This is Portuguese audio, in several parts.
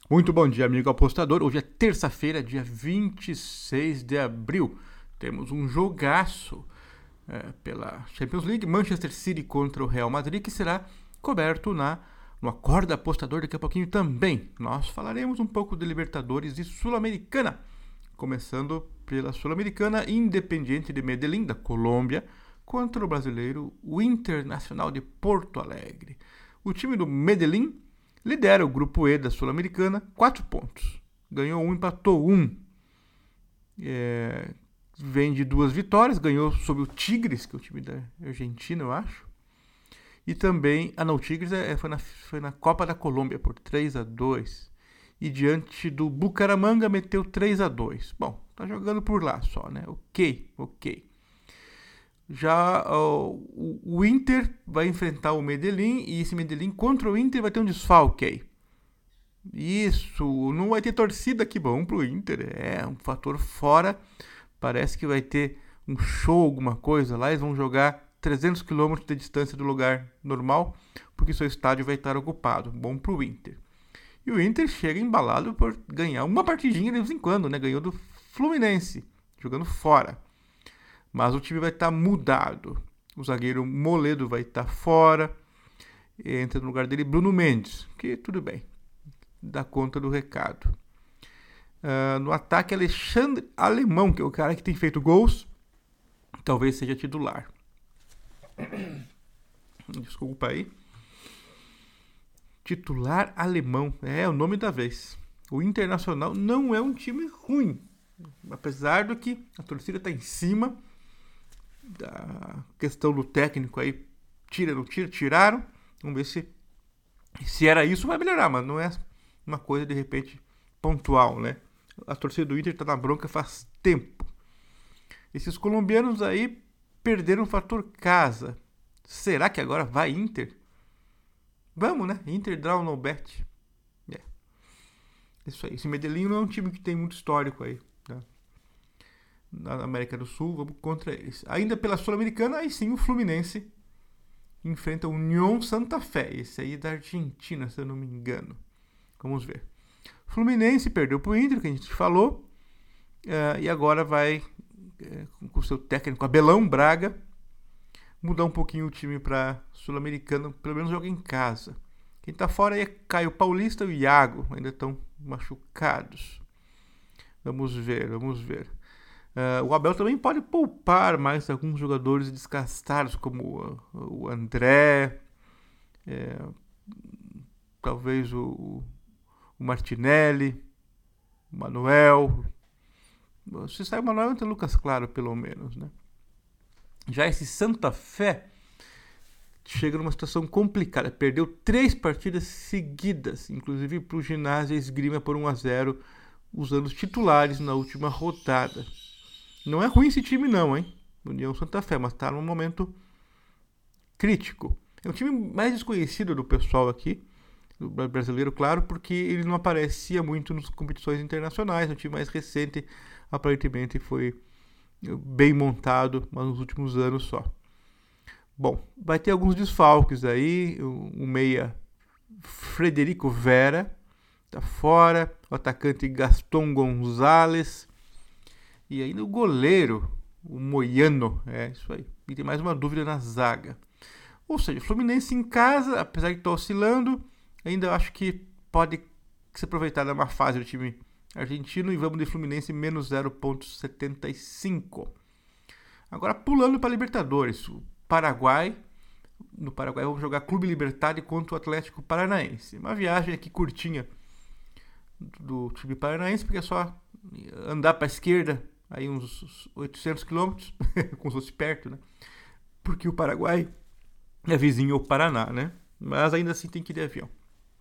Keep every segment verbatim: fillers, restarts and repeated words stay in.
Muito bom dia, amigo apostador. Hoje é terça-feira, dia vinte e seis de abril. Temos um jogaço é, pela Champions League, Manchester City contra o Real Madrid, que será coberto na no Acorda Apostador daqui a pouquinho também. Nós falaremos um pouco de Libertadores e Sul-Americana, começando pela Sul-Americana, Independiente de Medellín, da Colômbia, contra o brasileiro o Internacional de Porto Alegre. O time do Medellín lidera o grupo E da Sul-Americana, quatro pontos. Ganhou um, empatou um. É, vem de duas vitórias, ganhou sobre o Tigres, que é o time da Argentina, eu acho. E também, ah não, o Tigres é, foi, na, foi na Copa da Colômbia por três a dois. E diante do Bucaramanga meteu três a dois. Bom, tá jogando por lá só, né? Ok, ok. Já uh, o, o Inter vai enfrentar o Medellín e esse Medellín contra o Inter vai ter um desfalque aí. Isso, não vai ter torcida, que bom pro Inter, é um fator fora. Parece que vai ter um show, alguma coisa lá, eles vão jogar trezentos quilômetros de distância do lugar normal, porque seu estádio vai estar ocupado, bom pro Inter. E o Inter chega embalado por ganhar uma partidinha de vez em quando, né? Ganhou do Fluminense, jogando fora. Mas o time vai estar mudado. O zagueiro Moledo vai estar fora. Entra no lugar dele Bruno Mendes, que tudo bem, dá conta do recado. Uh, no ataque, Alexandre Alemão, que é o cara que tem feito gols, talvez seja titular. Desculpa aí. Titular alemão, é o nome da vez. O Internacional não é um time ruim, apesar do que a torcida está em cima da questão do técnico aí, tira, não tira, tiraram. Vamos ver se se era isso, vai melhorar, mas não é uma coisa de repente pontual, né? A torcida do Inter tá na bronca faz tempo. Esses colombianos aí perderam o fator casa. Será que agora vai Inter? Vamos, né? Inter draw no bet. É. Isso aí. Esse Medellín não é um time que tem muito histórico aí, né? Na América do Sul, vamos contra eles. Ainda pela Sul-Americana, aí sim o Fluminense enfrenta o Unión Santa Fé. Esse aí é da Argentina, se eu não me engano. Vamos ver. O Fluminense perdeu pro Inter, que a gente falou. Uh, e agora vai, uh, com o seu técnico Abelão Braga, mudar um pouquinho o time para Sul-Americano. Pelo menos joga em casa. Quem tá fora aí é Caio Paulista e o Iago. Ainda estão machucados. Vamos ver, vamos ver. Uh, o Abel também pode poupar mais alguns jogadores desgastados, como uh, o André, é, talvez o, o Martinelli, o Manuel. Se sai o Manuel, entra o Lucas Claro, pelo menos, né? Já esse Santa Fé chega numa situação complicada. Perdeu três partidas seguidas, inclusive para o Ginásio Esgrima por um a zero, usando os titulares na última rodada. Não é ruim esse time não, hein? União Santa Fé, mas tá num momento crítico. É um time mais desconhecido do pessoal aqui, do brasileiro, claro, porque ele não aparecia muito nas competições internacionais. É um time mais recente, aparentemente foi bem montado, mas nos últimos anos só. Bom, vai ter alguns desfalques aí. O meia Frederico Vera tá fora, o atacante Gaston Gonzalez. E ainda o goleiro, o Moiano, é isso aí. E tem mais uma dúvida na zaga. Ou seja, o Fluminense em casa, apesar de estar oscilando, ainda acho que pode se aproveitar da má fase do time argentino. E vamos de Fluminense menos zero vírgula setenta e cinco. Agora pulando para Libertadores, o Paraguai. No Paraguai vamos jogar Clube Libertad contra o Atlético Paranaense. Uma viagem aqui curtinha do time paranaense, porque é só andar para a esquerda aí uns oitocentos quilômetros, como se fosse perto, né? Porque o Paraguai é vizinho ao Paraná, né? Mas ainda assim tem que ir de avião.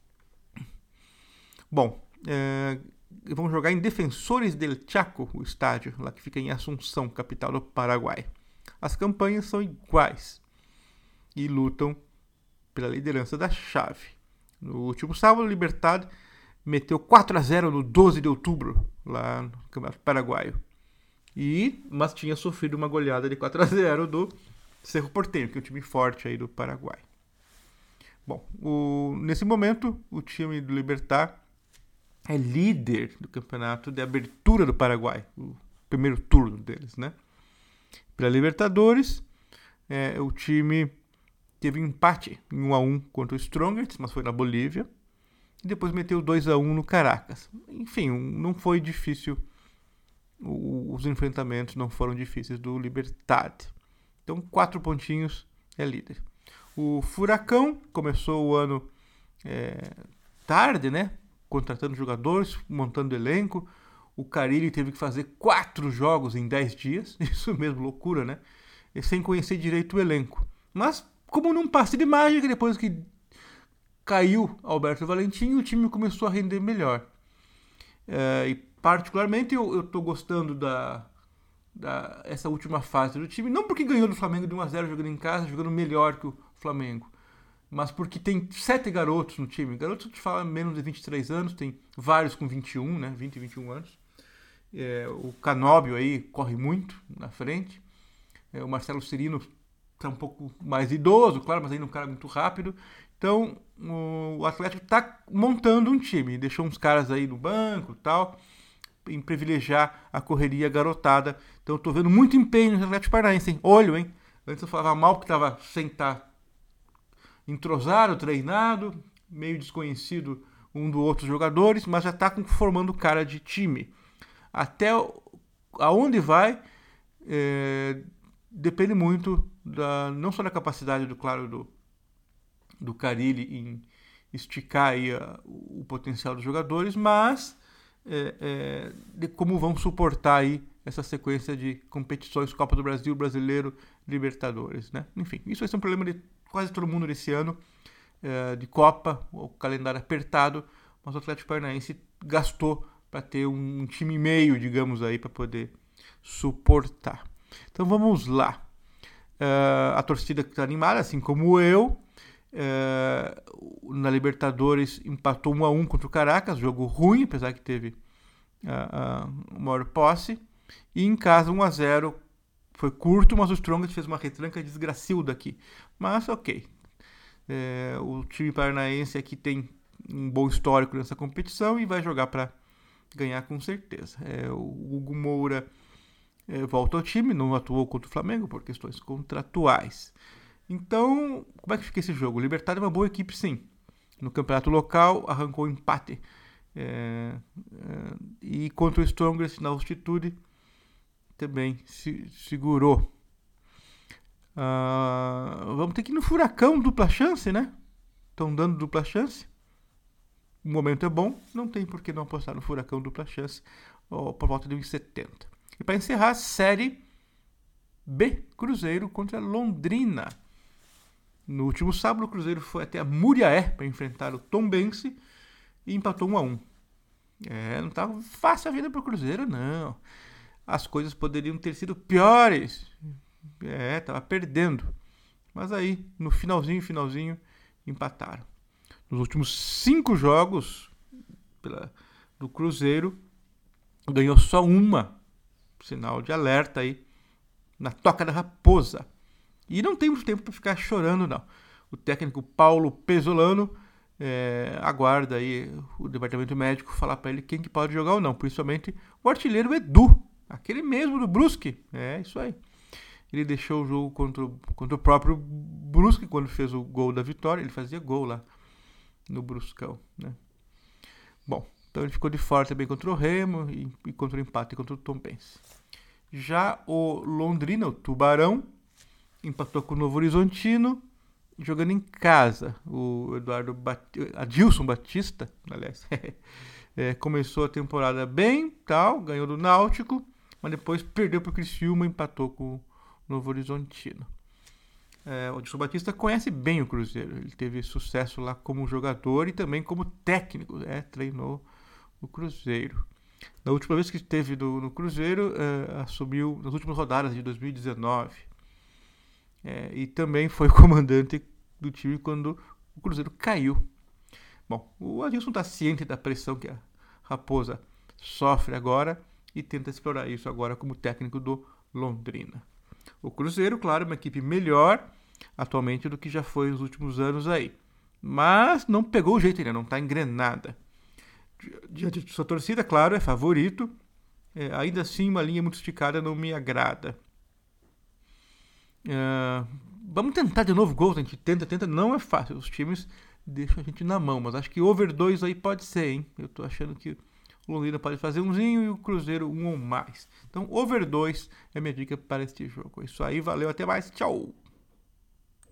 Bom, é, vamos jogar em Defensores del Chaco, o estádio lá que fica em Assunção, capital do Paraguai. As campanhas são iguais e lutam pela liderança da chave. No último sábado, o Libertad meteu quatro a zero no doze de outubro, lá no Campeonato Paraguaio. E, mas tinha sofrido uma goleada de quatro a zero do Cerro Porteño, que é um time forte aí do Paraguai. Bom, o, nesse momento, o time do Libertad é líder do campeonato de abertura do Paraguai, o primeiro turno deles, né? Pela Libertadores, é, o time teve um empate em um a um contra o Strongest, mas foi na Bolívia, e depois meteu dois a um no Caracas. Enfim, não foi difícil, os enfrentamentos não foram difíceis do Libertad. Então, quatro pontinhos, é líder. O Furacão começou o ano é, tarde, né? Contratando jogadores, montando elenco. O Carille teve que fazer quatro jogos em dez dias. Isso mesmo, loucura, né? E sem conhecer direito o elenco. Mas, como num passe de mágica, depois que caiu Alberto Valentim, o time começou a render melhor. É, e particularmente eu estou gostando da, da essa última fase do time. Não porque ganhou do Flamengo de um a zero jogando em casa, jogando melhor que o Flamengo. Mas porque tem sete garotos no time. Garotos que falam menos de vinte e três anos, tem vários com vinte e um, né? vinte e vinte e um anos. É, o Canóbio aí corre muito na frente. É, o Marcelo Cirino está um pouco mais idoso, claro, mas ainda é um cara muito rápido. Então, o Atlético está montando um time. Deixou uns caras aí no banco e tal, em privilegiar a correria garotada. Então, eu estou vendo muito empenho no Atlético Paranaense, hein? Olho, hein? Antes eu falava mal que estava sem estar entrosado, treinado, meio desconhecido um dos outros jogadores, mas já está formando cara de time. Até aonde vai, é, depende muito da, não só da capacidade, do claro, do, do Carille em esticar aí a, o potencial dos jogadores, mas é, é, de como vão suportar aí essa sequência de competições, Copa do Brasil, Brasileiro, Libertadores, né? Enfim, isso vai ser um problema de quase todo mundo nesse ano, é, de Copa, o calendário apertado, mas o Atlético Paranaense gastou para ter um time e meio, digamos aí, para poder suportar. Então vamos lá. Uh, a torcida que está animada, assim como eu, uh, na Libertadores empatou um a um contra o Caracas, jogo ruim, apesar que teve uh, uh, maior posse, e em casa um a zero, foi curto, mas o Strongest fez uma retranca desgracilda aqui, mas ok. Uh, o time paranaense aqui tem um bom histórico nessa competição e vai jogar para ganhar com certeza. É, o Hugo Moura é, volta ao time, não atuou contra o Flamengo por questões contratuais. Então, como é que fica esse jogo? O Libertad é uma boa equipe, sim. No campeonato local, arrancou empate. É, é, e contra o Strongest na altitude, também se segurou. Ah, vamos ter que ir no Furacão, dupla chance, né? Estão dando dupla chance. O momento é bom, não tem por que não apostar no Furacão dupla chance, ó, por volta de um e setenta. E para encerrar, Série B, Cruzeiro contra Londrina. No último sábado, o Cruzeiro foi até a Muriaé para enfrentar o Tombense e empatou um a um. É, não estava fácil a vida para o Cruzeiro, não. As coisas poderiam ter sido piores. É, estava perdendo. Mas aí, no finalzinho, finalzinho, empataram. Nos últimos cinco jogos pela, do Cruzeiro, ganhou só uma. Sinal de alerta aí na toca da raposa. E não tem muito tempo para ficar chorando, não. O técnico Paulo Pesolano é, aguarda aí o departamento médico falar para ele quem que pode jogar ou não. Principalmente o artilheiro Edu, aquele mesmo do Brusque. É isso aí. Ele deixou o jogo contra o, contra o próprio Brusque quando fez o gol da vitória. Ele fazia gol lá no Bruscão, né? Bom, então ele ficou de fora também contra o Remo e, e contra o empate contra o Tombense. Já o Londrina, o Tubarão, empatou com o Novo Horizontino, jogando em casa. O Eduardo Bat... Adilson Batista, aliás, é, começou a temporada bem, tal, ganhou do Náutico, mas depois perdeu para o Criciúma e empatou com o Novo Horizontino. É, o Adilson Batista conhece bem o Cruzeiro. Ele teve sucesso lá como jogador e também como técnico, né? Treinou o Cruzeiro. Na última vez que esteve do, no Cruzeiro, é, assumiu nas últimas rodadas de dois mil e dezenove. É, e também foi comandante do time quando o Cruzeiro caiu. Bom, o Adilson está ciente da pressão que a Raposa sofre agora e tenta explorar isso agora como técnico do Londrina. O Cruzeiro, claro, é uma equipe melhor atualmente do que já foi nos últimos anos aí. Mas não pegou o jeito ainda, não está engrenada. diante de sua torcida, claro, é favorito. É, ainda assim, uma linha muito esticada não me agrada. É, vamos tentar de novo gols. A gente tenta, tenta. Não é fácil. Os times deixam a gente na mão. Mas acho que over dois aí pode ser, hein? Eu tô achando que o Londrina pode fazer umzinho e o Cruzeiro um ou mais. Então, over dois é minha dica para este jogo. É isso aí, valeu, até mais. Tchau!